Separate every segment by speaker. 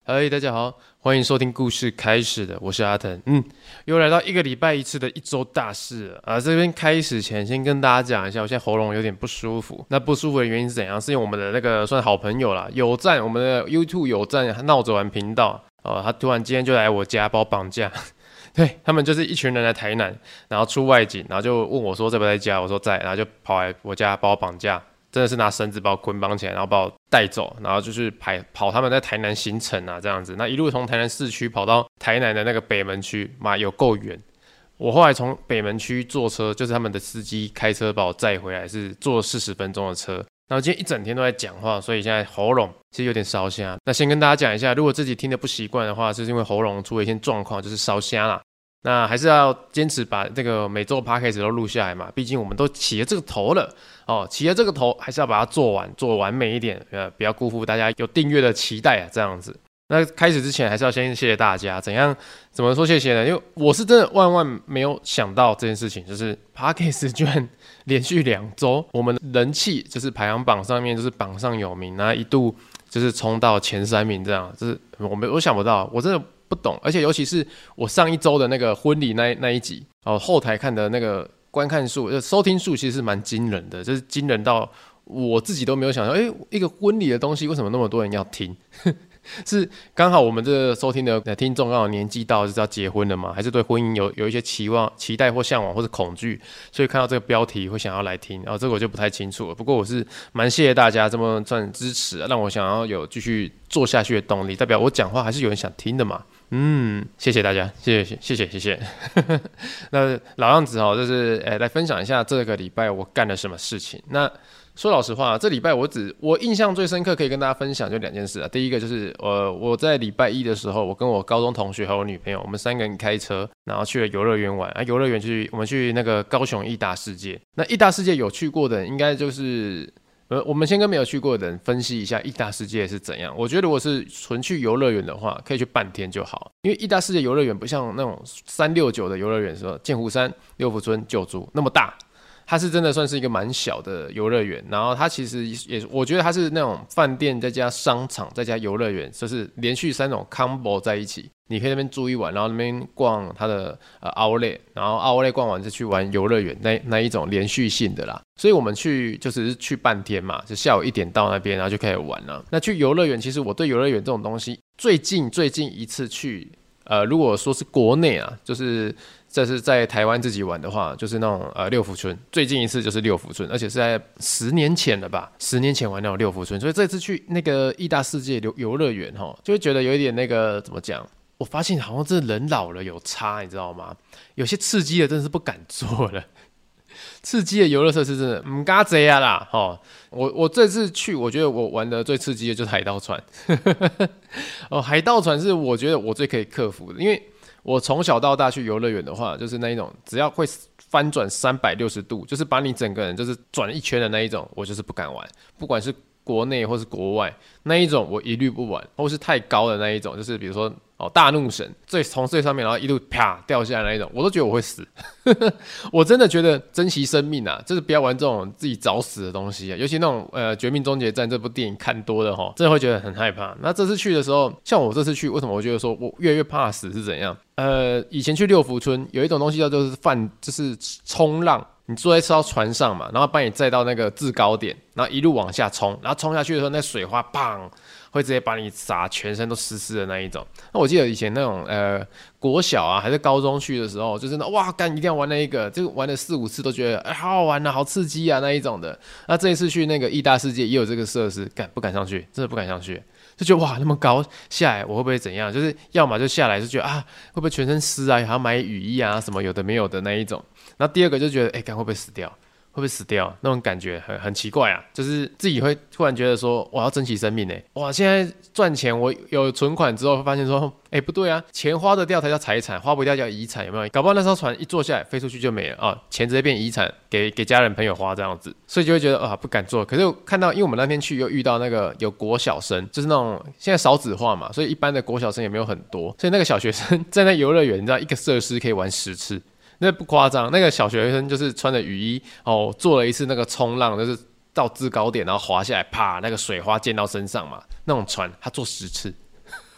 Speaker 1: 嗨，大家好，欢迎收听故事开始的，我是阿腾。又来到一个礼拜一次的一周大事了啊！这边开始前，先跟大家讲一下，我现在喉咙有点不舒服。那不舒服的原因是怎样？是因为我们的那个算好朋友啦，有赞，我们的 YouTube 有赞闹着玩频道他突然今天就来我家把我绑架。对，他们就是一群人来台南，然后出外景，然后就问我说在不在家，我说在，然后就跑来我家把我绑架。真的是拿绳子把我捆绑起来，然后把我带走，然后就是跑他们在台南行程啊，这样子。那一路从台南市区跑到台南的那个北门区，妈有够远。我后来从北门区坐车，就是他们的司机开车把我载回来，是坐40分钟的车。然后今天一整天都在讲话，所以现在喉咙其实有点烧瞎。那先跟大家讲一下，如果自己听得不习惯的话，是因为喉咙出了一些状况，就是烧瞎啦。那还是要坚持把这个每周 podcast 都录下来嘛，毕竟我们都起了这个头了起了这个头还是要把它做完美一点，不要辜负大家有订阅的期待啊，这样子。那开始之前还是要先谢谢大家，怎么说谢谢呢？因为我是真的万万没有想到这件事情，就是 podcast 居然连续2周，我们的人气就是排行榜上面就是榜上有名，然后一度就是冲到前3名这样，就是我想不到，我真的不懂，而且尤其是我上一周的那个婚礼那一集后台看的那个观看数、收听数，其实是蛮惊人的，就是惊人到我自己都没有想到，一个婚礼的东西为什么那么多人要听？是刚好我们这个收听的听众刚好年纪到，就是要结婚了嘛，还是对婚姻有一些期待或向往或者恐惧，所以看到这个标题会想要来听，这个我就不太清楚了。不过我是蛮谢谢大家这么算支持，让我想要有继续做下去的动力，代表我讲话还是有人想听的嘛。谢谢大家，谢谢。那老样子就是来分享一下这个礼拜我干了什么事情。那说老实话，这礼拜我印象最深刻可以跟大家分享就2件事啊。第一个就是我在礼拜一的时候，我跟我高中同学还有我女朋友，我们3个人开车，然后去了游乐园玩游乐园我们去那个高雄义大世界。那义大世界有去过的人，应该就是我们先跟没有去过的人分析一下义大世界是怎样。我觉得如果是纯去游乐园的话，可以去半天就好，因为义大世界游乐园不像那种369的游乐园，说剑湖山、六福村、九族那么大。它是真的算是一个蛮小的游乐园，然后它其实也，我觉得它是那种饭店再加商场再加游乐园，就是连续3种 combo 在一起，你可以那边住一晚，然后那边逛它的outlet， 然后 outlet 逛完就去玩游乐园那一种连续性的啦。所以我们去就只是去半天嘛，就下午1点到那边，然后就开始玩了。那去游乐园，其实我对游乐园这种东西最近一次去，如果说是国内啊，就是这是在台湾自己玩的话，就是那种六福村，最近一次就是六福村，而且是在10年前了吧，10年前玩那种六福村，所以这次去那个义大世界游乐园就会觉得有一点那个怎么讲？我发现好像这人老了有差，你知道吗？有些刺激的真的是不敢做了。刺激的游乐设施真的唔敢坐啊啦！我这次去，我觉得我玩的最刺激的就是海盗船。海盗船是我觉得我最可以克服的，因为我从小到大去游乐园的话，就是那一种只要会翻转360度，就是把你整个人就是转一圈的那一种，我就是不敢玩。不管是国内或是国外那一种，我一律不玩，或是太高的那一种，就是比如说大怒神从最上面然后一路啪掉下来那一种，我都觉得我会死。我真的觉得珍惜生命啊，就是不要玩这种自己找死的东西啊，尤其那种绝命终结战这部电影看多了真的会觉得很害怕。那这次去的时候，像我这次去，为什么我觉得说我越来越怕死是怎样？以前去六福村有一种东西叫做就是冲浪。你坐在这艘船上嘛，然后把你载到那个制高点，然后一路往下冲，然后冲下去的时候，那水花砰会直接把你洒全身都湿湿的那一种。那我记得以前那种国小啊还是高中去的时候，就是哇干一定要玩那一个，这个玩了4-5次都觉得好好玩啊，好刺激啊那一种的。那这一次去那个义大世界也有这个设施，不敢上去，真的不敢上去。就觉得哇那么高下来我会不会怎样？就是要么就下来就觉得会不会全身湿啊，还要买雨衣啊什么有的没有的那一种。然后第二个就觉得会不会死掉？会不会死掉？那种感觉很奇怪啊，就是自己会突然觉得说我要珍惜生命哇！现在赚钱，我有存款之后，会发现说不对啊，钱花得掉才叫财产，花不掉叫遗产，有没有？搞不好那艘船一坐下来飞出去就没了钱直接变遗产，给家人朋友花这样子，所以就会觉得不敢做。可是我看到，因为我们那天去又遇到那个有国小生，就是那种现在少子化嘛，所以一般的国小生也没有很多，所以那个小学生在那游乐园，你知道一个设施可以玩10次。那不夸张，那个小学生就是穿着雨衣做了一次那个冲浪，就是到制高点然后滑下来，啪，那个水花溅到身上嘛，那种船他做10次，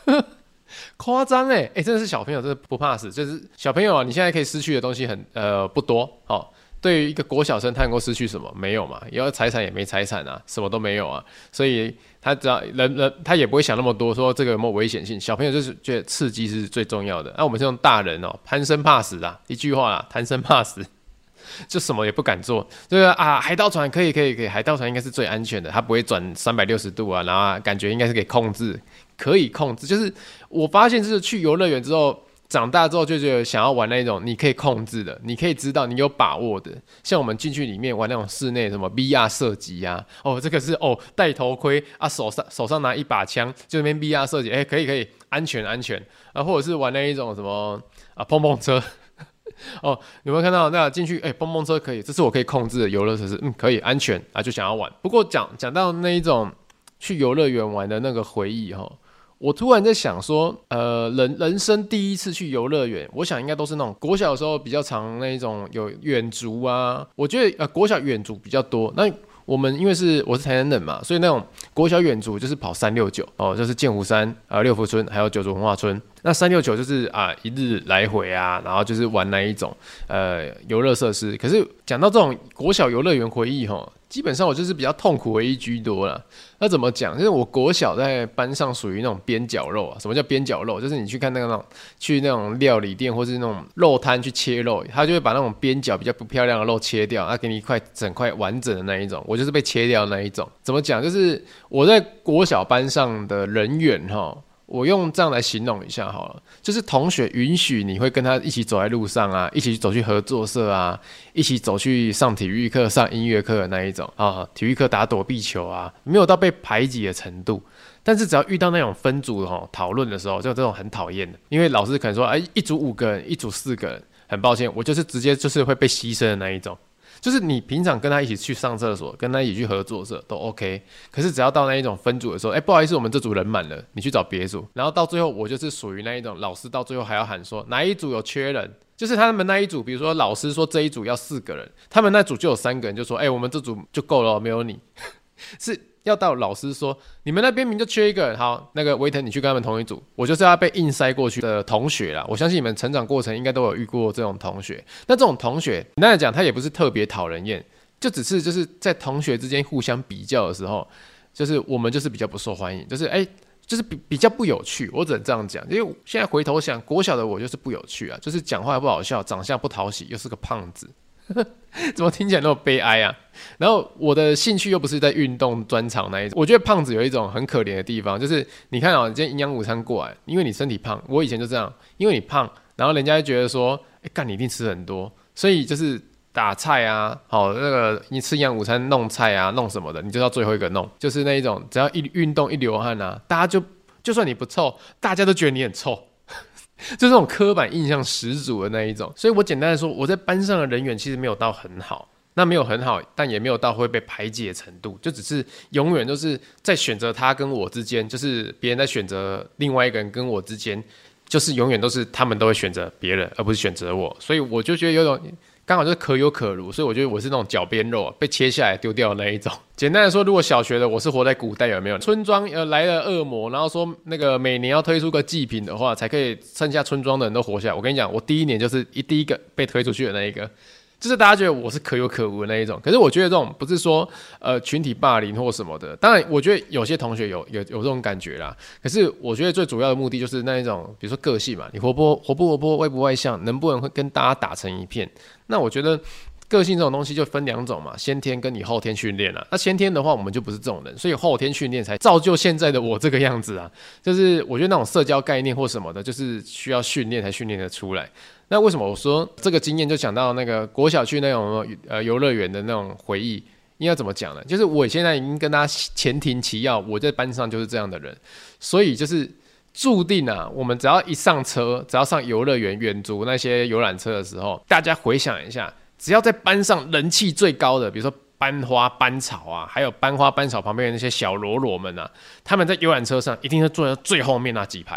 Speaker 1: 夸张真的是小朋友真的不怕死，就是小朋友啊，你现在可以失去的东西不多哦。对于一个国小生，他能够失去什么？没有嘛，以后财产也没财产啊，什么都没有啊，所以他只要他也不会想那么多，说这个有没有危险性。小朋友就是觉得刺激是最重要的。我们这种大人哦，贪生怕死啦，一句话啦，贪生怕死。就什么也不敢做，对啊，海盗船可以，海盗船应该是最安全的，它不会转360度啊，然后感觉应该是可以控制。就是我发现，就是去游乐园之后，长大之后就觉得想要玩那种你可以控制的，你可以知道你有把握的，像我们进去里面玩那种室内什么 VR 射击啊，这个是戴头盔啊，手上拿一把枪，就那边 VR 射击，可以，安全啊，或者是玩那一种什么啊碰碰车。有没有看到那进去？蹦蹦车可以，这是我可以控制的游乐设施，可以安全啊，就想要玩。不过讲到那一种去游乐园玩的那个回忆我突然在想说，人生第一次去游乐园，我想应该都是那种国小的时候比较常那一种有远足啊。我觉得国小远足比较多。那我们因为我是台南人嘛，所以那种国小远足就是跑369就是剑湖山六福村还有九族文化村。那369就是一日来回啊，然后就是玩那一种游乐设施。可是讲到这种国小游乐园回忆基本上我就是比较痛苦回忆居多啦。那怎么讲？就是我国小在班上属于那种边角肉啊。什么叫边角肉？就是你去看去那种料理店或是那种肉摊去切肉，他就会把那种边角比较不漂亮的肉切掉，给你整块完整的那一种。我就是被切掉的那一种。怎么讲？就是我在国小班上的人缘我用这样来形容一下好了，就是同学允许你会跟他一起走在路上啊，一起走去合作社啊，一起走去上体育课、上音乐课的那一种啊，体育课打躲避球啊，没有到被排挤的程度。但是只要遇到那种分组讨论的时候，就这种很讨厌的，因为老师可能说，一组5个人，一组4个人，很抱歉，我就是直接就是会被牺牲的那一种。就是你平常跟他一起去上厕所，跟他一起去合作社都 OK， 可是只要到那一种分组的时候，不好意思，我们这组人满了，你去找别组。然后到最后，我就是属于那一种，老师到最后还要喊说哪一组有缺人，就是他们那一组，比如说老师说这一组要4个人，他们那组就有3个人，就说我们这组就够了，没有你，是。要到老师说你们那边明就缺一个人，好，那个维腾你去跟他们同一组，我就是要被硬塞过去的同学啦。我相信你们成长过程应该都有遇过这种同学。那这种同学，简单来讲，他也不是特别讨人厌，就只是就是在同学之间互相比较的时候，就是我们就是比较不受欢迎，就是比较不有趣。我只能这样讲，因为现在回头想，国小的我就是不有趣啊，就是讲话不好笑，长相不讨喜，又是个胖子。怎么听起来那么悲哀啊？然后我的兴趣又不是在运动专长那一种。我觉得胖子有一种很可怜的地方，就是你看你今天营养午餐过来，因为你身体胖，我以前就这样，因为你胖，然后人家就觉得说，干你一定吃很多，所以就是打菜啊，那个你吃营养午餐弄菜啊，弄什么的，你就要最后一个弄，就是那一种，只要一运动一流汗啊，大家就算你不臭，大家都觉得你很臭。就这种刻板印象十足的那一种。所以我简单的说，我在班上的人缘其实没有到很好，那没有很好，但也没有到会被排挤的程度，就只是永远都是在选择他跟我之间，就是别人在选择另外一个人跟我之间，就是永远都是他们都会选择别人，而不是选择我。所以我就觉得有种刚好就是可有可无，所以我觉得我是那种脚边肉被切下来丢掉的那一种。简单的说，如果小学的我是活在古代，有没有村庄来了恶魔，然后说那个每年要推出个祭品的话，才可以剩下村庄的人都活下来。我跟你讲，我第一年就是第一个被推出去的那一个。就是大家觉得我是可有可无的那一种，可是我觉得这种不是说群体霸凌或什么的。当然，我觉得有些同学有这种感觉啦。可是我觉得最主要的目的就是那一种，比如说个性嘛，你活不活泼，外不外向，能不能会跟大家打成一片？那我觉得个性这种东西就分2种嘛，先天跟你后天训练啦。那先天的话，我们就不是这种人，所以后天训练才造就现在的我这个样子啊。就是我觉得那种社交概念或什么的，就是需要训练才训练得出来。那为什么我说这个经验就讲到那个国小去那种游乐园的那种回忆，应该怎么讲呢？就是我现在已经跟大家前庭其要，我在班上就是这样的人，所以就是注定啊，我们只要一上车，只要上游乐园远足那些游览车的时候，大家回想一下，只要在班上人气最高的，比如说班花班草啊，还有班花班草旁边的那些小喽啰们啊，他们在游览车上一定是坐在最后面那几排。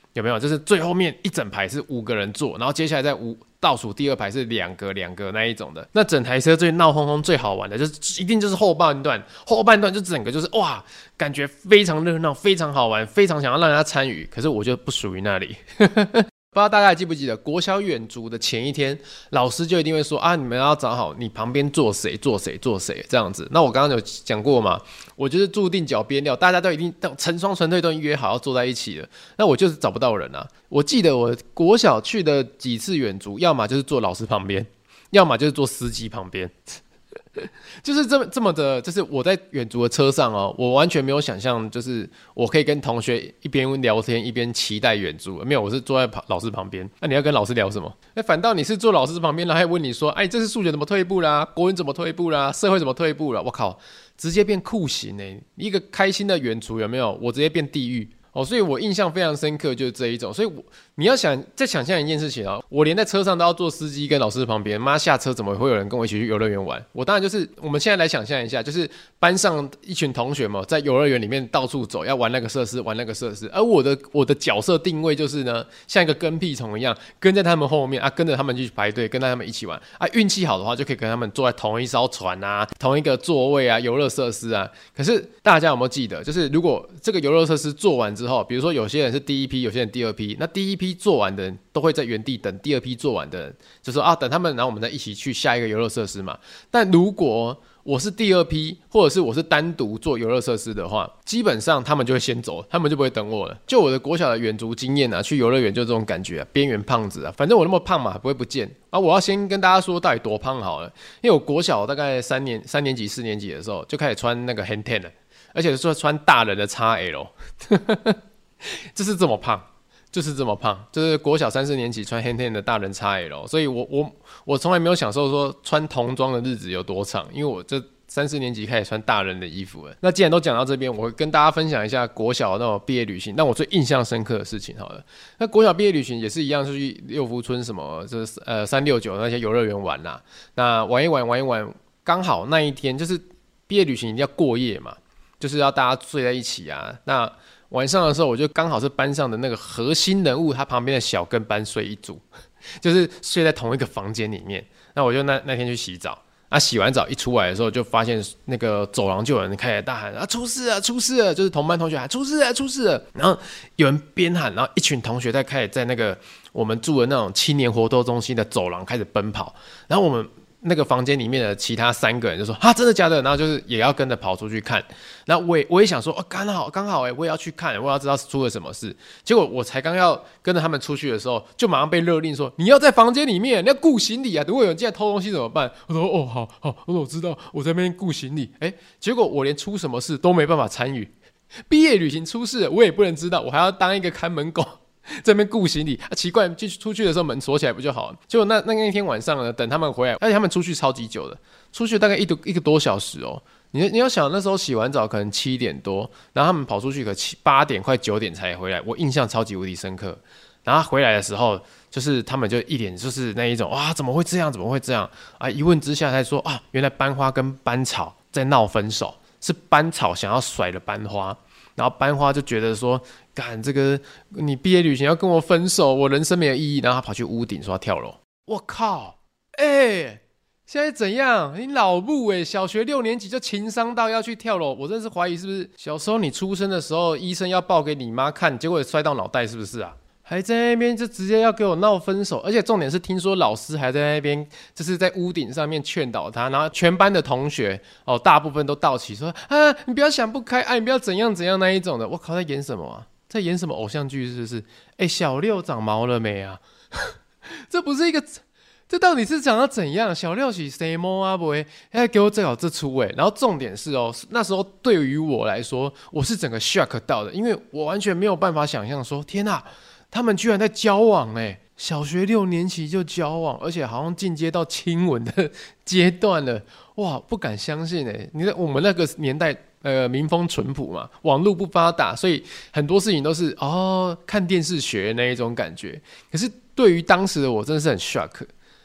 Speaker 1: 有没有？就是最后面一整排是5个人坐，然后接下来在倒数第2排是2个那一种的。那整台车最闹哄哄、最好玩的，就是一定就是后半段就整个就是哇，感觉非常热闹、非常好玩、非常想要让人家参与。可是我就不属于那里。不知道大家还记不记得国小远足的前一天，老师就一定会说啊，你们要找好你旁边坐谁这样子。那我刚刚有讲过嘛，我就是注定脚边料，大家都一定成双成对都约好要坐在一起了，那我就是找不到人啊。我记得我国小去的几次远足，要么就是坐老师旁边，要么就是坐司机旁边。就是这么的，就是我在远足的车上哦，我完全没有想象，就是我可以跟同学一边聊天一边期待远足。没有，我是坐在老师旁边。那你要跟老师聊什么？反倒你是坐老师旁边，然后还问你说，哎，这次数学怎么退步啦？国文怎么退步啦？社会怎么退步了？我靠，直接变酷刑欸！一个开心的远足有没有？我直接变地狱。所以我印象非常深刻，就是这一种。所以你要再想象一件事情啊，我连在车上都要坐司机跟老师旁边，妈下车怎么会有人跟我一起去游乐园玩？我当然就是我们现在来想象一下，就是班上一群同学嘛，在游乐园里面到处走，要玩那个设施，而我的角色定位就是呢，像一个跟屁虫一样，跟在他们后面啊，跟着他们去排队，跟着他们一起玩啊。运气好的话，就可以跟他们坐在同一艘船啊，同一个座位啊，游乐设施啊。可是大家有没有记得，就是如果这个游乐设施做完之后，比如说有些人是第一批，有些人第2批，那第一批做完的人都会在原地等第2批做完的人，就说啊，等他们，然后我们再一起去下一个游乐设施嘛。但如果我是第2批，或者是我是单独做游乐设施的话，基本上他们就会先走，他们就不会等我了。就我的国小的远足经验啊，去游乐园就这种感觉啊，边缘胖子啊，反正我那么胖嘛，不会不见啊。我要先跟大家说到底多胖好了，因为我国小大概3年级、4年级的时候就开始穿那个 Hang-Ten 了，而且是穿大人的 XL。就是这么胖，就是国小3、4年级穿 Hang-Ten 的大人 XL， 所以我从来没有享受说穿童装的日子有多长，因为我这3、4年级开始穿大人的衣服了。那既然都讲到这边，我会跟大家分享一下国小的那种毕业旅行，让我最印象深刻的事情好了。那国小毕业旅行也是一样，是去六福村什么，就是369那些游乐园玩啦。那玩一玩，刚好那一天就是毕业旅行一定要过夜嘛，就是要大家睡在一起啊。那晚上的时候，我就刚好是班上的那个核心人物，他旁边的小跟班睡一组，就是睡在同一个房间里面。那我就那天去洗澡，洗完澡一出来的时候，就发现那个走廊就有人开始大喊啊，出事了，就是同班同学喊出事了。然后有人边喊，然后一群同学开始在那个我们住的那种青年活动中心的走廊开始奔跑，然后我们那个房间里面的其他3个人就说真的假的，然后就是也要跟着跑出去看。然后我也想说刚好我也要去看，我要知道出了什么事。结果我才刚要跟着他们出去的时候，就马上被勒令说你要在房间里面，你要顾行李啊，如果有人进来偷东西怎么办？我说好，我说我知道，我在那边顾行李。结果我连出什么事都没办法参与，毕业旅行出事了我也不能知道，我还要当一个看门狗在那边顾行李奇怪，出去的时候门锁起来不就好了？结果那天晚上呢，等他们回来，而且他们出去超级久的，出去大概一个多小时哦。你要想那时候洗完澡可能7点多，然後他们跑出去可8点快9点才回来，我印象超级无敌深刻。然后回来的时候，就是他们就一脸就是那一种哇怎么会这样啊？一问之下才说啊，原来班花跟班草在闹分手，是班草想要甩了班花。然后班花就觉得说，干这个你毕业旅行要跟我分手，我人生没有意义。然后他跑去屋顶说要跳楼。我靠，现在怎样？你老母小学6年级就情商到要去跳楼，我真是怀疑是不是小时候你出生的时候医生要报给你妈看，结果也摔到脑袋，是不是啊？还在那边就直接要给我闹分手，而且重点是听说老师还在那边就是在屋顶上面劝导他，然后全班的同学大部分都到齐说啊你不要想不开，你不要怎样那一种的。我靠，在演什么啊？在演什么偶像剧是不是？小六长毛了没啊？这不是一个，这到底是长到怎样？小六是谁摸啊？不会，给我搞这出然后重点是那时候对于我来说，我是整个 shock 到的，因为我完全没有办法想象说，天哪！他们居然在交往小学6年级就交往，而且好像进阶到亲吻的阶段了，哇，不敢相信你看我们那个年代民风淳朴嘛，网络不发达，所以很多事情都是看电视学那一种感觉。可是对于当时的我真的是很 shock。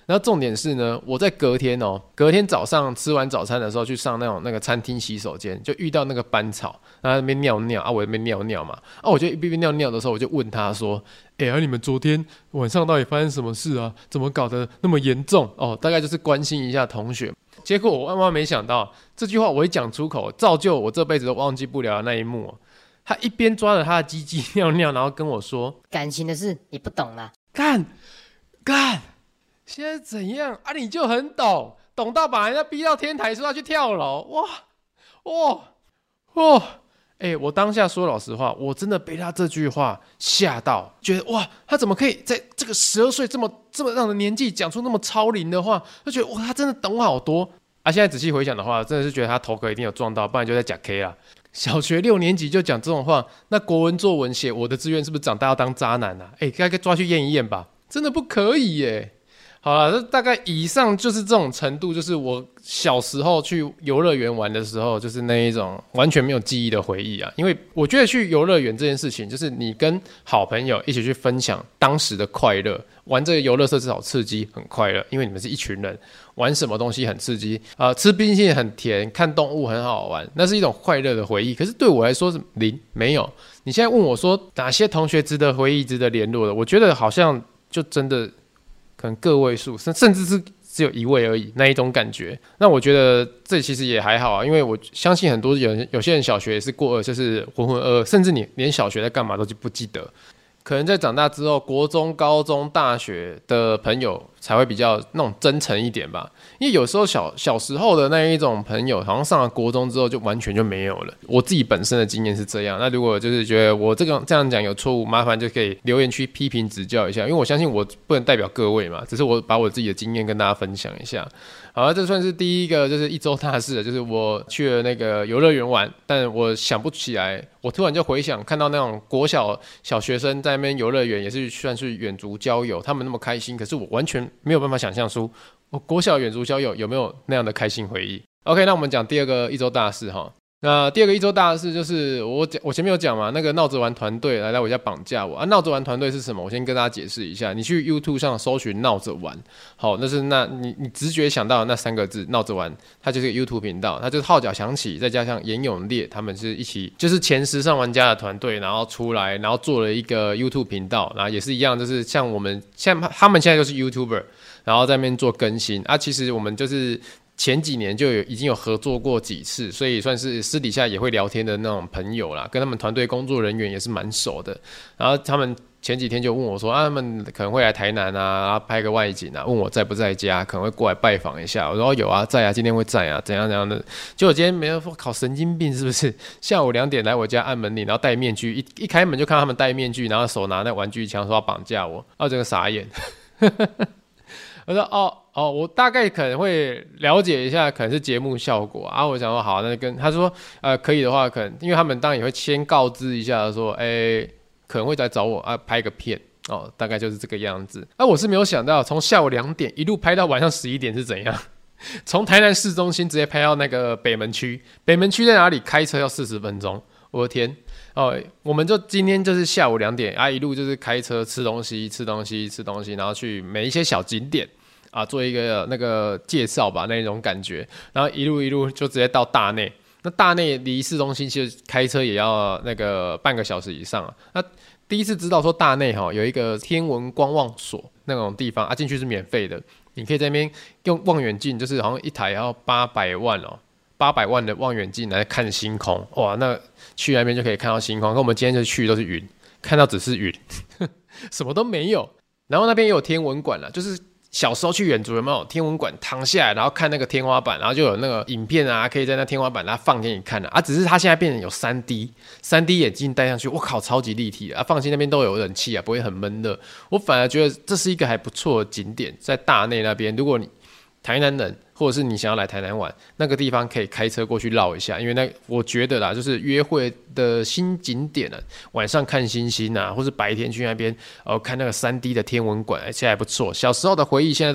Speaker 1: 然后重点是呢，我在隔天早上吃完早餐的时候去上那个餐厅洗手间，就遇到那个班草，然后在那边尿尿啊，我在那边尿尿嘛，啊，我就一边尿尿的时候，我就问他说：你们昨天晚上到底发生什么事啊？怎么搞得那么严重？大概就是关心一下同学。结果我万万没想到，这句话我一讲出口，造就我这辈子都忘记不了的那一幕。他一边抓着他的鸡鸡尿尿，然后跟我说：
Speaker 2: 感情的事你不懂啦。
Speaker 1: 干，现在怎样啊？你就很懂到把人家逼到天台说要去跳楼，哇！我当下说老实话，我真的被他这句话吓到，觉得哇，他怎么可以在这个12岁这么让人年纪讲出那么超龄的话？就觉得哇，他真的懂好多啊！现在仔细回想的话，真的是觉得他头壳一定有撞到，不然就在讲 K 啦。小学6年级就讲这种话，那国文作文写我的志愿是不是长大要当渣男啊？该抓去验一验吧，真的不可以耶。好了，这大概以上就是这种程度，就是我小时候去游乐园玩的时候，就是那一种完全没有记忆的回忆啊。因为我觉得去游乐园这件事情，就是你跟好朋友一起去分享当时的快乐，玩这个游乐设施好刺激，很快乐，因为你们是一群人，玩什么东西很刺激吃冰淇淋很甜，看动物很好玩，那是一种快乐的回忆。可是对我来说是零，没有。你现在问我说哪些同学值得回忆、值得联络的，我觉得好像就真的可能个位数，甚至是只有1位而已那一种感觉。那我觉得这其实也还好啊，因为我相信很多有些人小学也是过就是浑浑噩噩，甚至你连小学在干嘛都不记得。可能在长大之后，国中、高中、大学的朋友才会比较那种真诚一点吧。因为有时候小时候的那一种朋友，好像上了国中之后就完全就没有了。我自己本身的经验是这样。那如果就是觉得我这样讲有错误，麻烦就可以留言区批评指教一下。因为我相信我不能代表各位嘛，只是我把我自己的经验跟大家分享一下。好，这算是第一个，就是一周大事，就是我去了那个游乐园玩，但我想不起来，我突然就回想看到那种国小学生在那边游乐园，也是算是远足郊游，他们那么开心，可是我完全没有办法想象出我国小远足郊游有没有那样的开心回忆。OK， 那我们讲第二个一周大事哈。那第二个一周大事就是我前面有讲嘛，那个闹着玩团队来我家绑架我啊。闹着玩团队是什么？我先跟大家解释一下。你去 YouTube 上搜寻闹着玩，好，那是你直觉想到的那3个字闹着玩，它就是个 YouTube 频道，它就是号角响起，再加上严永烈他们是一起就是前时尚玩家的团队，然后出来，然后做了一个 YouTube 频道，然后也是一样，就是像他们现在就是 YouTuber， 然后在那边做更新啊。其实我们就是前几年就已经有合作过几次，所以算是私底下也会聊天的那种朋友啦，跟他们团队工作人员也是蛮熟的。然后他们前几天就问我说他们可能会来台南啊，然后拍个外景啊，问我在不在家，可能会过来拜访一下。我说有啊，在啊，今天会在啊，怎样怎样的。结果今天没有考神经病是不是？下午2点来我家按门铃，然后戴面具，一开门就看到他们戴面具，然后手拿那玩具枪说要绑架我，整个傻眼。我说我大概可能会了解一下，可能是节目效果啊。我想说好，那跟他说可以的话，可能因为他们当然也会先告知一下说，可能会来找我拍个片大概就是这个样子。我是没有想到从下午2点一路拍到晚上11点是怎样，从台南市中心直接拍到那个北门区。北门区在哪里？开车要40分钟，我的天！我们就今天就是下午2点一路就是开车吃东西，然后去每一些小景点做一个那个介绍吧，那种感觉，然后一路就直接到大内。那大内离市中心其实开车也要那个半个小时以上那第一次知道说大内有一个天文观望所那种地方进去是免费的，你可以在那边用望远镜，就是好像一台要800万800万的望远镜来看星空，哇，那去那边就可以看到星空。可我们今天就去都是云，看到只是云，什么都没有。然后那边也有天文馆啦，就是小时候去远足有没有天文馆躺下来，然后看那个天花板，然后就有那个影片可以在那天花板它放给你看只是它现在变成有3D 眼镜戴上去，我靠，超级立体放心那边都有冷气不会很闷热。我反而觉得这是一个还不错的景点，在大内那边，如果你台南人或者是你想要来台南玩，那个地方可以开车过去绕一下，因为我觉得啦，就是约会的新景点晚上看星星或是白天去那边看那个3D 的天文馆，而且还不错。小时候的回忆现在都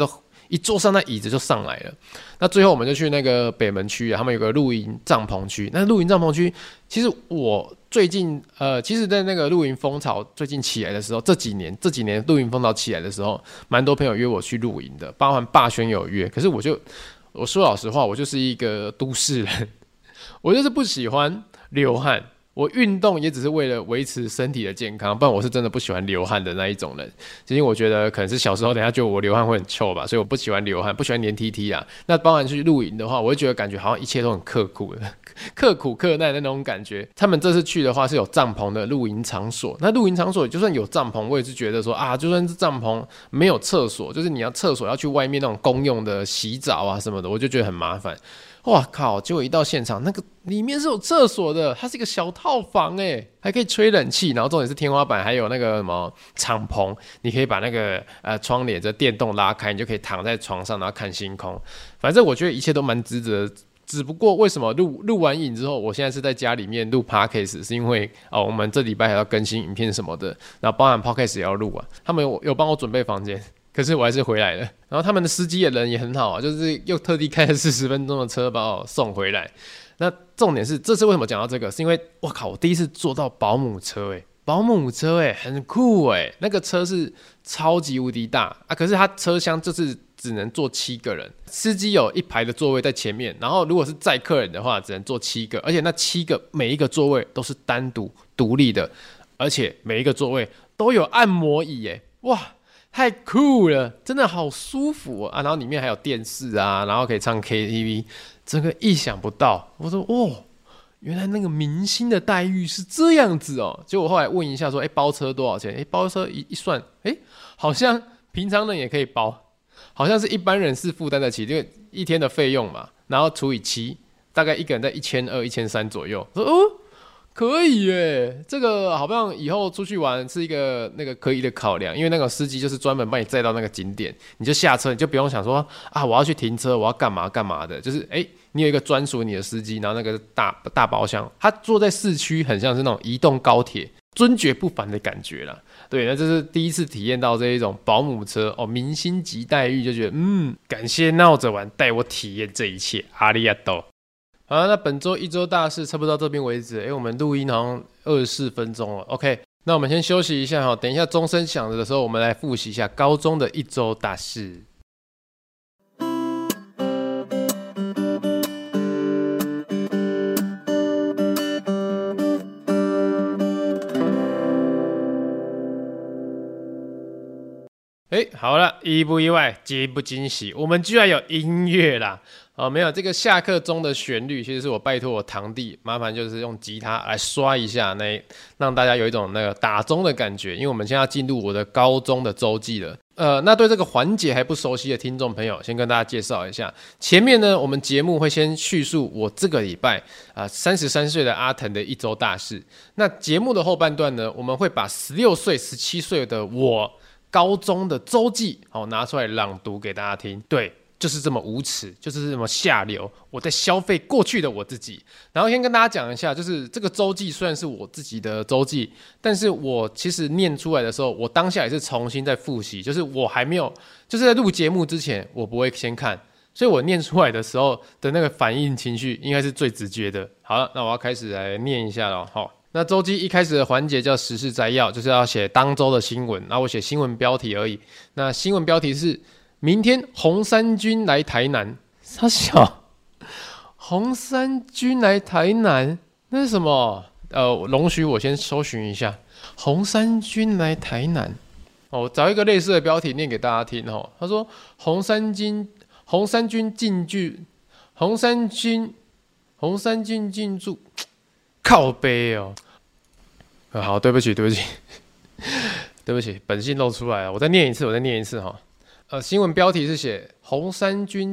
Speaker 1: 一坐上那椅子就上来了。那最后我们就去那个北门区他们有个露营帐篷区。那露营帐篷区，其实我最近其实在那个露营风潮最近起来的时候，这几年露营风潮起来的时候，蛮多朋友约我去露营的，包含霸轩有约。可是我说老实话，我就是一个都市人，我就是不喜欢流汗。我运动也只是为了维持身体的健康，不然我是真的不喜欢流汗的那一种人。因为我觉得可能是小时候等一下觉得我流汗会很臭吧，所以我不喜欢流汗，不喜欢黏 TT 啊。那包含去露营的话，我会觉得感觉好像一切都很刻苦的，刻苦克难的那种感觉。他们这次去的话是有帐篷的露营场所，那露营场所就算有帐篷，我也是觉得说啊，就算是帐篷没有厕所，就是你要厕所要去外面那种公用的洗澡啊什么的，我就觉得很麻烦。哇靠！结果一到现场，那个里面是有厕所的，它是一个小套房还可以吹冷气，然后重点是天花板还有那个什么敞篷，你可以把那个窗帘的电动拉开，你就可以躺在床上然后看星空。反正我觉得一切都蛮值得的。只不过为什么录完影之后，我现在是在家里面录 podcast， 是因为我们这礼拜还要更新影片什么的，然后包含 podcast 也要录啊。他们有帮我准备房间。可是我还是回来了，然后他们的司机的人也很好啊，就是又特地开了40分钟的车把我送回来。那重点是，这次为什么讲到这个？是因为我靠，我第一次坐到保姆车保姆车很酷那个车是超级无敌大啊，可是它车厢就是只能坐7个人，司机有一排的座位在前面，然后如果是载客人的话，只能坐7个，而且那7个每一个座位都是单独独立的，而且每一个座位都有按摩椅哇！太酷了，真的好舒服然后里面还有电视啊，然后可以唱 KTV， 整个意想不到。我说原来那个明星的待遇是这样子结果我后来问一下说，包车多少钱？包车一算，好像平常人也可以包，好像是一般人是负担得起，因为一天的费用嘛，然后除以7，大概一个人在1200、1300左右。我说可以这个好像以后出去玩是一个那个可以的考量，因为那个司机就是专门把你载到那个景点，你就下车，你就不用想说我要去停车，我要干嘛干嘛的，就是你有一个专属你的司机，然后那个大包厢，他坐在市区，很像是那种移动高铁，尊爵不凡的感觉啦。对，那这是第一次体验到这一种保姆车明星级待遇，就觉得感谢闹着玩带我体验这一切，阿里亚多。好，那本周一周大事差不多到这边为止。我们录音好像24分钟了 ，OK， 那我们先休息一下等一下钟声响的时候，我们来复习一下高中的一周大事。好了，意不意外，惊不惊喜？我们居然有音乐啦！没有这个下课钟的旋律，其实是我拜托我堂弟，麻烦就是用吉他来刷一下，让大家有一种那个打钟的感觉。因为我们现在要进入我的高中的周记了。那对这个环节还不熟悉的听众朋友，先跟大家介绍一下。前面呢，我们节目会先叙述我这个礼拜33岁的阿腾的一周大事。那节目的后半段呢，我们会把16岁、17岁的我高中的周记拿出来朗读给大家听。对，就是这么无耻，就是这么下流，我在消费过去的我自己。然后先跟大家讲一下，就是这个周记虽然是我自己的周记，但是我其实念出来的时候，我当下也是重新再复习，就是我还没有，就是在录节目之前我不会先看，所以我念出来的时候的那个反应情绪应该是最直接的。好了，那我要开始来念一下了。那周记一开始的环节叫时事摘要，就是要写当周的新闻，然后我写新闻标题而已。那新闻标题是明天红衫军来台南，傻小，红衫军来台南，那是什么？容许我先搜寻一下，红衫军来台南。我找一个类似的标题念给大家听他说红衫军进驻，红衫军进驻。靠背好，对不起，对不起，本性露出来了。我再念一次新闻标题是写红衫军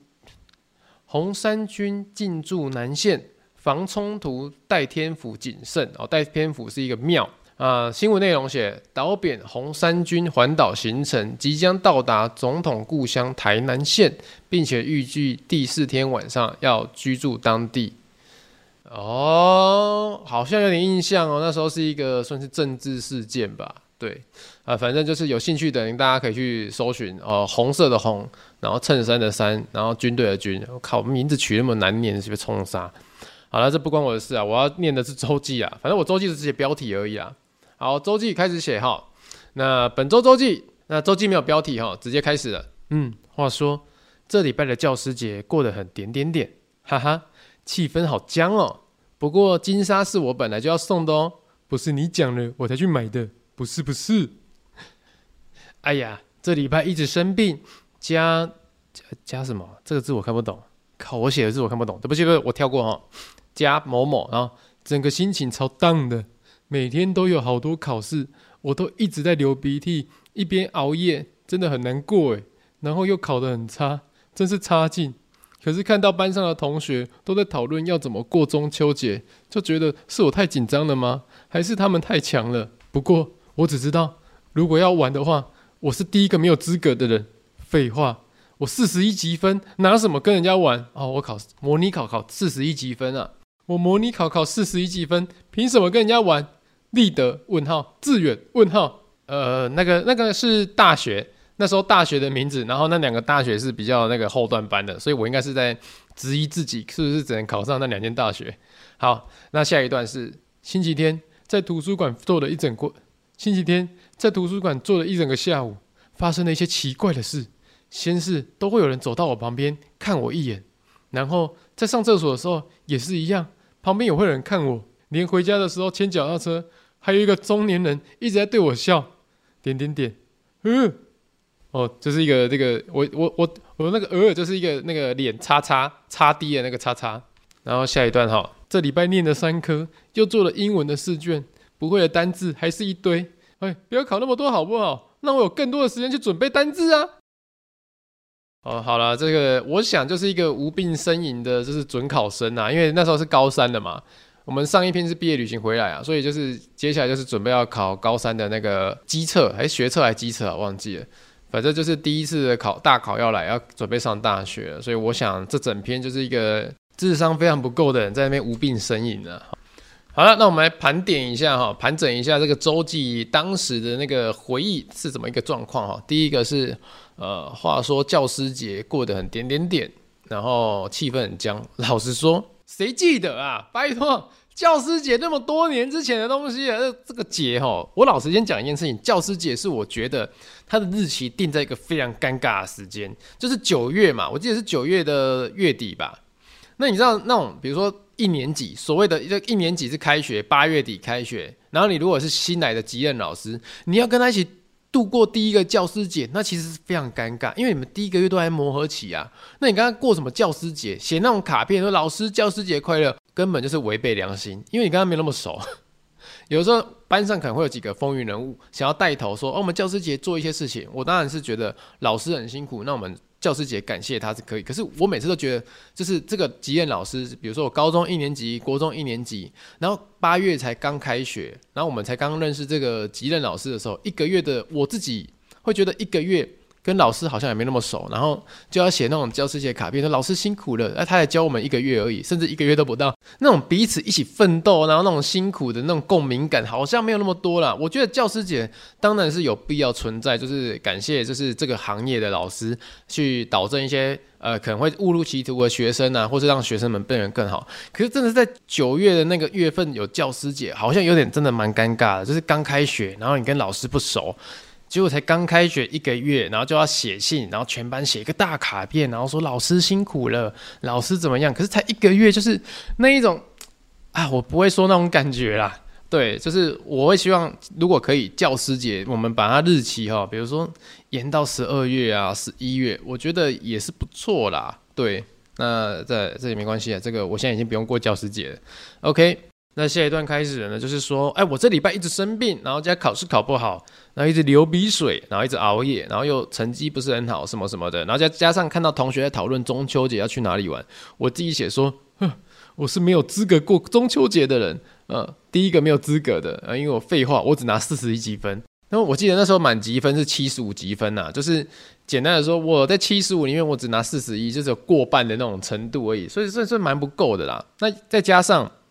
Speaker 1: 进驻南线，防冲突，代天府谨慎。代天府是一个庙新闻内容写导扁红衫军环岛行程即将到达总统故乡台南县，并且预计第4天晚上要居住当地。好像有点印象那时候是一个算是政治事件吧。 对，反正就是有兴趣的人，大家可以去搜寻红色的红，然后衬衫的衫，然后军队的军。我靠，名字取那么难念，是不是冲杀？好了，这不关我的事啊，我要念的是周记啊，反正我周记是写标题而已啦。好，周记开始写哈。那本周周记，那周记没有标题哈，直接开始了。话说这礼拜的教师节过得很点点点，哈哈，气氛好僵哦。不过金沙是我本来就要送的哦，不是你讲了我才去买的，不是。哎呀，这礼拜一直生病，加什么？这个字我看不懂。靠，我写的字我看不懂，对不起，我跳过哈。加某某，然后整个心情超荡的，每天都有好多考试，我都一直在流鼻涕，一边熬夜，真的很难过哎。然后又考得很差，真是差劲。可是看到班上的同学都在讨论要怎么过中秋节，就觉得是我太紧张了吗？还是他们太强了？不过我只知道，如果要玩的话，我是第一个没有资格的人。废话，我41级分，拿什么跟人家玩？我考模拟考41级分啊！我模拟考41级分，凭什么跟人家玩？立德？问号？志远？问号？那个是大学。那时候大学的名字，然后那2个大学是比较那个后段班的，所以我应该是在质疑自己是不是只能考上那2间大学。好，那下一段是星期天在图书馆坐了一整个下午，发生了一些奇怪的事。先是都会有人走到我旁边看我一眼，然后在上厕所的时候也是一样，旁边也会有人看我，连回家的时候牵脚踏车，还有一个中年人一直在对我笑，就是一个这个我那个就是一个那个脸叉低的那个叉叉。然后下一段哈，这礼拜念了3科，又做了英文的试卷，不会的单字还是一堆。不要考那么多好不好？让我有更多的时间去准备单字啊。好了，这个我想就是一个无病呻吟的，就是准考生啊，因为那时候是高3的嘛。我们上一篇是毕业旅行回来啊，所以就是接下来就是准备要考高3的那个基测，还是学测还是基测啊，忘记了。反正就是第一次的大考要来，要准备上大学了，所以我想这整篇就是一个智商非常不够的人在那边无病呻吟啊。好了，那我们来盘整一下这个周记当时的那个回忆是怎么一个状况哈。第一个是话说教师节过得很点点点，然后气氛很僵。老实说，谁记得啊？拜托。教师节那么多年之前的东西啊，这个节我老实先讲一件事情，教师节是我觉得它的日期定在一个非常尴尬的时间，就是9月嘛，我记得是9月的月底吧。那你知道那种比如说1年级，所谓的1年级是开学8月底开学，然后你如果是新来的级任老师，你要跟他一起度过第一个教师节，那其实是非常尴尬，因为你们第一个月都在磨合期啊。那你刚刚过什么教师节，写那种卡片说老师教师节快乐，根本就是违背良心，因为你刚刚没那么熟。有的时候班上可能会有几个风云人物想要带头说，我们教师节做一些事情。我当然是觉得老师很辛苦，那我们教师节感谢他是可以。可是我每次都觉得，就是这个级任老师，比如说我高中1年级、国中1年级，然后8月才刚开学，然后我们才刚认识这个级任老师的时候，1个月的我自己会觉得1个月跟老师好像也没那么熟，然后就要写那种教师节卡片，说老师辛苦了，他才教我们1个月而已，甚至1个月都不到，那种彼此一起奋斗，然后那种辛苦的那种共鸣感，好像没有那么多啦。我觉得教师节当然是有必要存在，就是感谢就是这个行业的老师去导正一些可能会误入歧途的学生啊，或是让学生们变得更好。可是真的是在9月的那个月份有教师节，好像有点真的蛮尴尬的，就是刚开学，然后你跟老师不熟。结果才刚开学1个月，然后就要写信，然后全班写一个大卡片，然后说老师辛苦了，老师怎么样？可是才1个月，就是那一种我不会说那种感觉啦。对，就是我会希望，如果可以，教师节我们把它日期比如说延到12月啊、11月，我觉得也是不错啦。对，那这也没关系啊，这个我现在已经不用过教师节了。OK。那下一段开始了呢，就是说，我这礼拜一直生病，然后加考试考不好，然后一直流鼻水，然后一直熬夜，然后又成绩不是很好，什么什么的，然后加上看到同学在讨论中秋节要去哪里玩，我自己写说，我是没有资格过中秋节的人，第一个没有资格的，因为我废话，我只拿41级分。然后我记得那时候满级分是75级分啊，就是简单的说，我在75里面我只拿41，就只有过半的那种程度而已，所以算蛮不够的啦。那再加上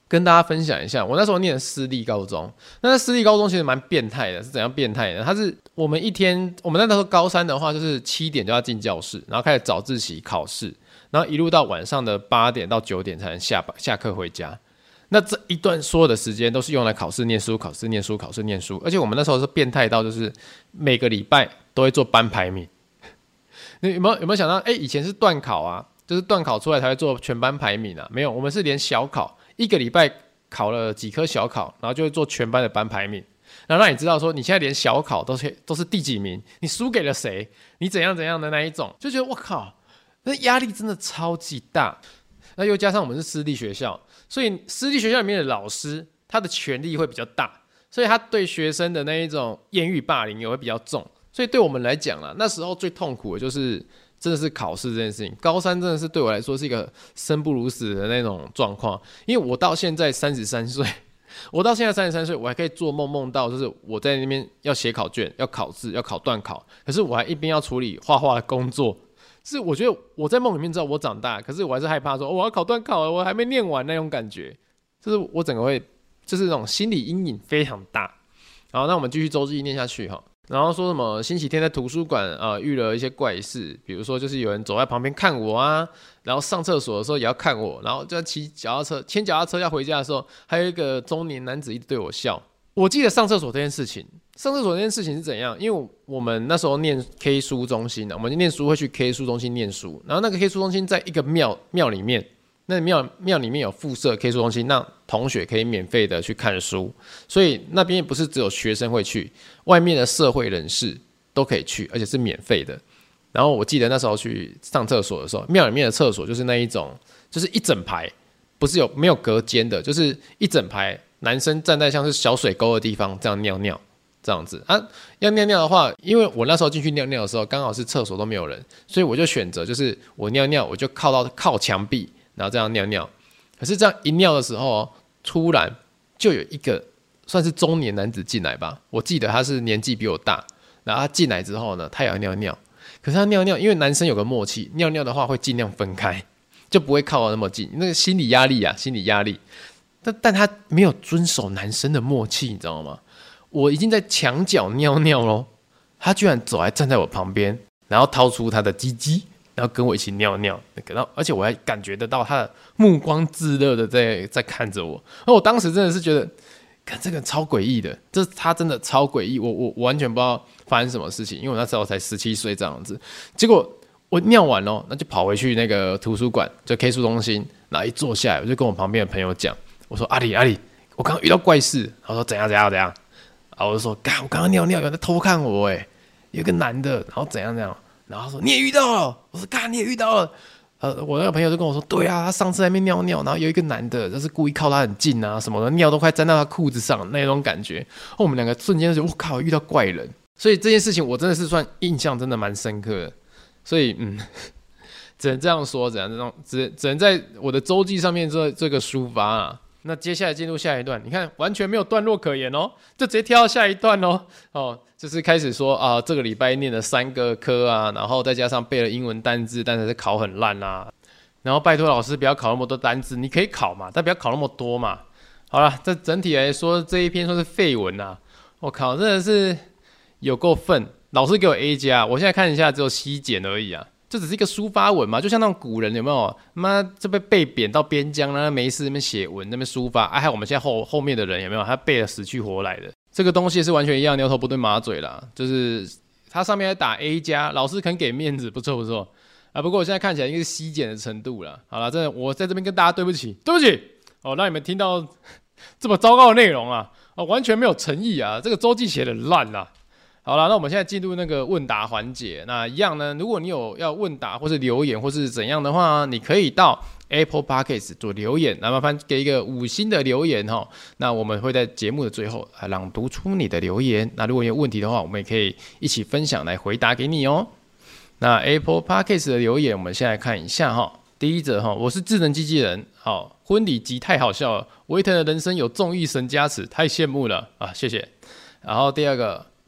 Speaker 1: 跟大家分享一下，我那时候念的私立高中，那私立高中其实蛮变态的，是怎样变态的？它是我们那时候高三的话，就是7点就要进教室，然后开始早自习考试，然后一路到晚上的8点到9点才能下课回家。那这一段所有的时间都是用来考试、念书、考试、念书、考试、念书，而且我们那时候是变态到就是每个礼拜都会做班排名。你有没有想到？以前是段考啊，就是段考出来才会做全班排名啊，没有，我们是连小考。一个礼拜考了几科小考，然后就会做全班的班排名，然后让你知道说你现在连小考都是第几名，你输给了谁，你怎样怎样的那一种，就觉得我靠，那压力真的超级大。那又加上我们是私立学校，所以私立学校里面的老师他的权力会比较大，所以他对学生的那一种言语霸凌也会比较重。所以对我们来讲啦，那时候最痛苦的就是真的是考试这件事情。高三真的是对我来说是一个生不如死的那种状况，因为我到现在33岁，我还可以做梦到就是我在那边要写考卷、要考试、要考段考，可是我还一边要处理画画的工作。是我觉得我在梦里面知道我长大，可是我还是害怕说，我要考段考了，我还没念完那种感觉，就是我整个会就是那种心理阴影非常大。好，那我们继续周记念下去哈。然后说什么星期天在图书馆遇了一些怪事，比如说就是有人走在旁边看我啊，然后上厕所的时候也要看我，然后就牵脚踏车要回家的时候，还有一个中年男子一直对我笑。我记得上厕所这件事情是怎样？因为我们那时候念 K 书中心的，我们念书会去 K 书中心念书，然后那个 K 书中心在一个庙里面，那庙里面有附设 K 书中心，让同学可以免费的去看书，所以那边不是只有学生会去，外面的社会人士都可以去，而且是免费的。然后我记得那时候去上厕所的时候，庙里面的厕所就是那一种，就是一整排，不是没有隔间的，就是一整排男生站在像是小水沟的地方这样尿尿。这样子啊，要尿尿的话，因为我那时候进去尿尿的时候，刚好是厕所都没有人，所以我就选择就是我尿尿我就靠墙壁，然后这样尿尿。可是这样一尿的时候突然就有一个算是中年男子进来吧，我记得他是年纪比我大，然后他进来之后呢，他也要尿尿，可是他尿尿，因为男生有个默契，尿尿的话会尽量分开，就不会靠到那么近，那个心理压力。但他没有遵守男生的默契，你知道吗？我已经在墙角尿尿咯，他居然站在我旁边，然后掏出他的鸡鸡，然后跟我一起尿尿，然后而且我还感觉得到他的目光炙热的在看着我，而我当时真的是觉得，看这个超诡异的，他真的超诡异，我完全不知道发生什么事情，因为我那时候才17岁这样子，结果我尿完咯，那就跑回去那个图书馆，就 K 书中心，然后一坐下来，我就跟我旁边的朋友讲，我说阿里，我刚刚遇到怪事，他说怎样。然后我就说，我刚刚尿尿，有人在偷看我，有一个男的，然后怎样，然后他说你也遇到了，我说你也遇到了，我那个朋友就跟我说，对啊，他上次在那边尿尿，然后有一个男的，就是故意靠他很近啊，什么的，尿都快沾到他裤子上那种感觉，我们两个瞬间就觉得，我靠，遇到怪人，所以这件事情我真的是算印象真的蛮深刻的，所以只能这样说，只能在我的周记上面做这个抒发啊。那接下来进入下一段，你看完全没有段落可言哦，就直接跳到下一段哦，就是开始说啊，这个礼拜念了3个科啊，然后再加上背了英文单字，但是考很烂啊，然后拜托老师不要考那么多单字，你可以考嘛，但不要考那么多嘛。好了，这整体来说这一篇算是废文啊，我靠，真的是有够愤，老师给我 A 加，我现在看一下只有C 减而已啊。这只是一个抒发文嘛，就像那种古人有没有？妈，这被贬到边疆，那没事那边写文，那边抒发。还有我们现在后面的人有没有？他背了死去活来的，这个东西是完全一样，牛头不对马嘴啦。就是他上面还打 A 加，老师肯给面子，不错啊。不过我现在看起来应该是C 减的程度啦。好了，真的，我在这边跟大家对不起哦，让你们听到这么糟糕的内容啊，完全没有诚意啊，这个周记写的烂啦。好了，那我们现在进入那个问答环节。那一样呢，如果你有要问答或是留言或是怎样的话，你可以到 Apple Podcast 做留言，那麻烦给一个5星的留言哈。那我们会在节目的最后朗读出你的留言。那如果你有问题的话，我们也可以一起分享来回答给你哦。那 Apple Podcast 的留言，我们先来看一下哈。第一则哈，我是智能机器人，好，婚礼集太好笑了，维腾的人生有综艺神加持，太羡慕了啊，谢谢。然后第二个。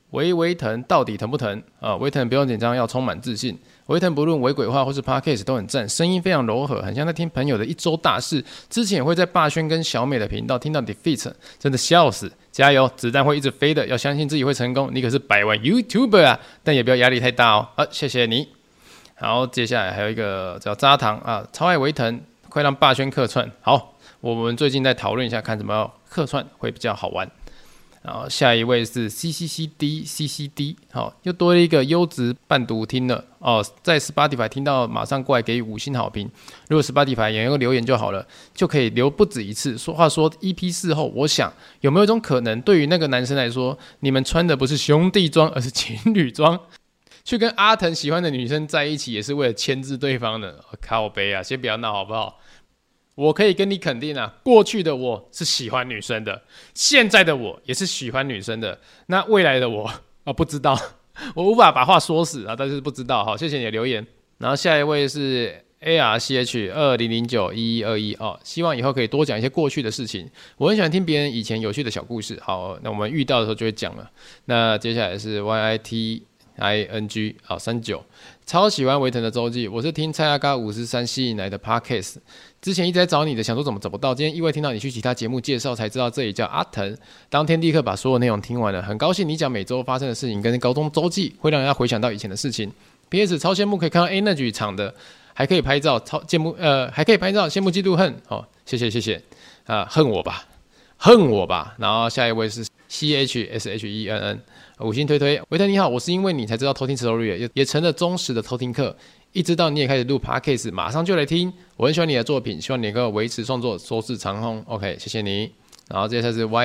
Speaker 1: 维腾到底疼不疼啊？维腾不用紧张，要充满自信。维腾不论伪鬼话或是 podcast 都很赞，声音非常柔和，很像在听朋友的一周大事。之前也会在霸轩跟小美的频道听到 Defeat， 真的笑死！加油，子弹会一直飞的，要相信自己会成功。你可是100万 YouTuber 啊，但也不要压力太大哦。谢谢你。好，接下来还有一个叫渣糖啊，超爱维腾，快让霸轩客串。好，我们最近在讨论一下，看怎么客串会比较好玩。然后下一位是 CCCD， 好，又多了一个优质伴读听了哦，在 Spotify 听到马上过来给予5星好评。如果 Spotify 也有留言就好了，就可以留不止一次。话说 EP4 后，我想有没有一种可能，对于那个男生来说，你们穿的不是兄弟装，而是情侣装，去跟阿腾喜欢的女生在一起，也是为了牵制对方的？靠北啊，先不要闹好不好？我可以跟你肯定啊，过去的我是喜欢女生的，现在的我也是喜欢女生的。那未来的我不知道，我无法把话说死啊，但是不知道。好，谢谢你的留言。然后下一位是 ARCH20091121哦，希望以后可以多讲一些过去的事情。我很喜欢听别人以前有趣的小故事。好，那我们遇到的时候就会讲了。那接下来是 YITING 好39，超喜欢维腾的周记，我是听蔡阿嘎53吸引来的 Podcast。之前一直在找你的，想说怎么找不到，今天意外听到你去其他节目介绍，才知道这里叫阿腾。当天立刻把所有内容听完了，很高兴你讲每周发生的事情跟高中周记，会让人家回想到以前的事情。PS 超羡慕可以看到 Energy 场的，还可以拍照，还可以拍照，羡慕嫉妒恨。哦，谢谢恨我吧。然后下一位是 CHSHENN 5星推推，维特你好，我是因为你才知道偷听 Story， 也成了忠实的偷听客。一直到你也开始录 Podcast， 马上就来听。我很喜欢你的作品，希望你能够维持创作，收视长虹。OK， 谢谢你。然后接下来是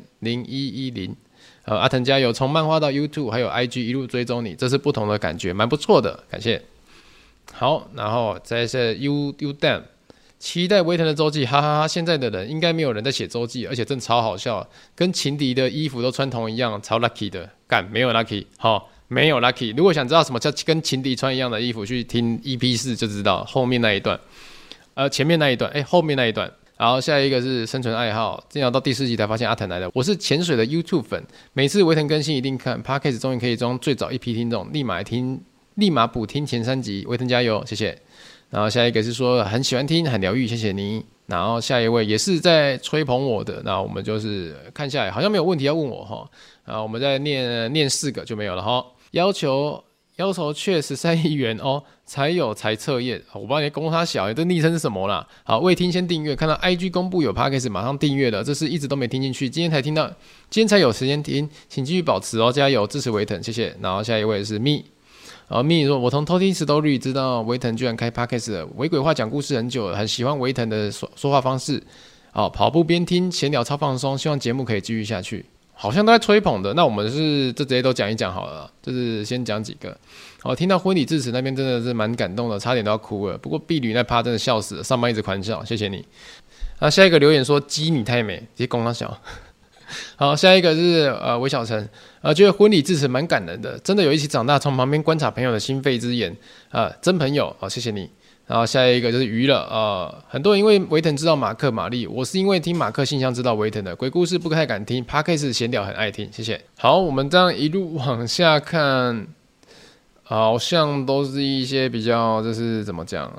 Speaker 1: YN0110，阿腾加油！从漫画到 YouTube 还有 IG 一路追踪你，这是不同的感觉，蛮不错的，感谢。好，然后再是 UDAM， 期待维腾的周记，哈哈哈！现在的人应该没有人在写周记，而且真超好笑，跟情敌的衣服都穿同一样，超 lucky 的。干，没有 lucky， 好。没有 lucky， 如果想知道什么叫跟情敌穿一样的衣服，去听 EP4 就知道后面那一段，前面那一段，后面那一段。然后下一个是生存爱好，经常到第4集才发现阿腾来的。我是潜水的 YouTube 粉，每次维腾更新一定看 Podcast， 终于可以装最早一批听众，立马补听前3集，维腾加油，谢谢。然后下一个是说很喜欢听，很疗愈，谢谢你。然后下一位也是在吹捧我的，那我们就是看下来好像没有问题要问我哈，我们再念4个就没有了哈。要求确13亿元哦，才有才测验。我帮你公他小，这昵称是什么啦？好，未听先订阅，看到 IG 公布有 Podcast 马上订阅了，这是一直都没听进去，今天才有时间听，请继续保持哦，加油，支持维腾，谢谢。然后下一位是 Me， Me 说，我从偷听Story知道维腾居然开 Podcast 了，伪鬼话讲故事很久了，很喜欢维腾的说话方式。跑步边听闲聊超放松，希望节目可以继续下去。好像都在吹捧的，那我们是就直接都讲一讲好了，就是先讲几个。听到婚礼致辞那边真的是蛮感动的，差点都要哭了。不过婢女那趴真的笑死了，上班一直狂笑，谢谢你。下一个留言说鸡你太美，直接攻他小。好，下一个是韦小晨，觉得婚礼致辞蛮感人的，真的有一起长大，从旁边观察朋友的心肺之言，真朋友，谢谢你。然后下一个就是鱼了，很多人因为维腾知道马克玛丽，我是因为听马克信箱知道维腾的，鬼故事不太敢听 ，Podcast 闲聊很爱听，谢谢。好，我们这样一路往下看，好像都是一些比较就是怎么讲，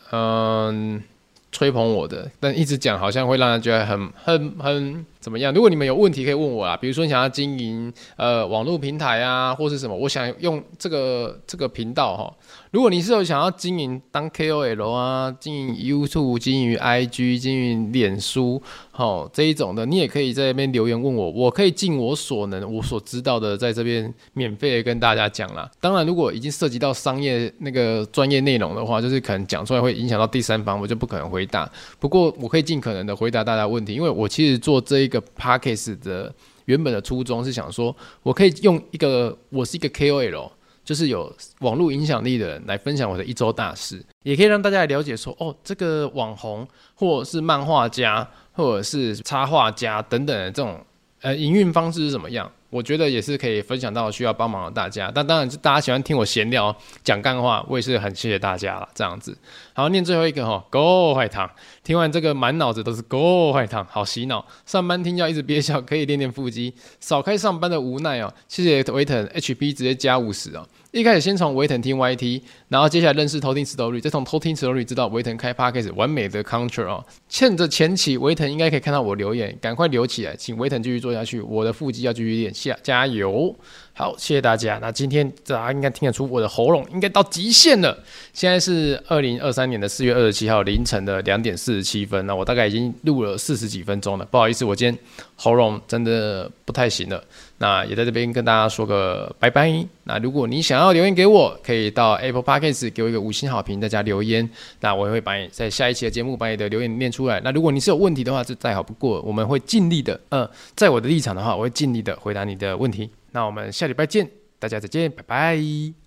Speaker 1: 吹捧我的，但一直讲好像会让人觉得很怎么样？如果你们有问题可以问我啦，比如说你想要经营网络平台啊，或是什么，我想用这个频道哈。如果你是有想要经营当 KOL 啊，经营 YouTube、经营 IG、经营脸书，这一种的，你也可以在那边留言问我，我可以尽我所能，我所知道的，在这边免费的跟大家讲啦。当然，如果已经涉及到商业那个专业内容的话，就是可能讲出来会影响到第三方，我就不可能回答。不过我可以尽可能的回答大家的问题，因为我其实做这一个 Podcast 的原本的初衷是想说，我可以用我是一个 KOL。就是有网络影响力的人来分享我的一周大事，也可以让大家来了解说，这个网红或者是漫画家或者是插画家等等的这种营运方式是怎么样。 我觉得也是可以分享到需要帮忙的大家。但当然，大家喜欢听我闲聊讲干话，我也是很谢谢大家了。这样子，好，念最后一个Go 坏糖。听完这个满脑子都是 Go 坏糖，好洗脑。上班听要一直憋笑，可以练练腹肌，少开上班的无奈哦。谢谢维腾 HP 直接加50哦。一开始先从维腾听 YT， 然后接下来认识偷听石头绿，再从偷听石头绿知道维腾开 Podcast 完美的 Control 哦。趁着前期维腾应该可以看到我留言，赶快留起来，请维腾继续做下去，我的腹肌要继续练下，加油！好，谢谢大家。那今天大家应该听得出我的喉咙应该到极限了。现在是2023年的4月27号凌晨的2点47分，那我大概已经录了40几分钟了，不好意思，我今天喉咙真的不太行了。那也在这边跟大家说个拜拜。那如果你想要留言给我，可以到 Apple Podcast 给我一个5星好评，再加留言。那我也会把你在下一期的节目把你的留言念出来。那如果你是有问题的话，这再好不过，我们会尽力的。在我的立场的话，我会尽力的回答你的问题。那我们下礼拜见，大家再见，拜拜。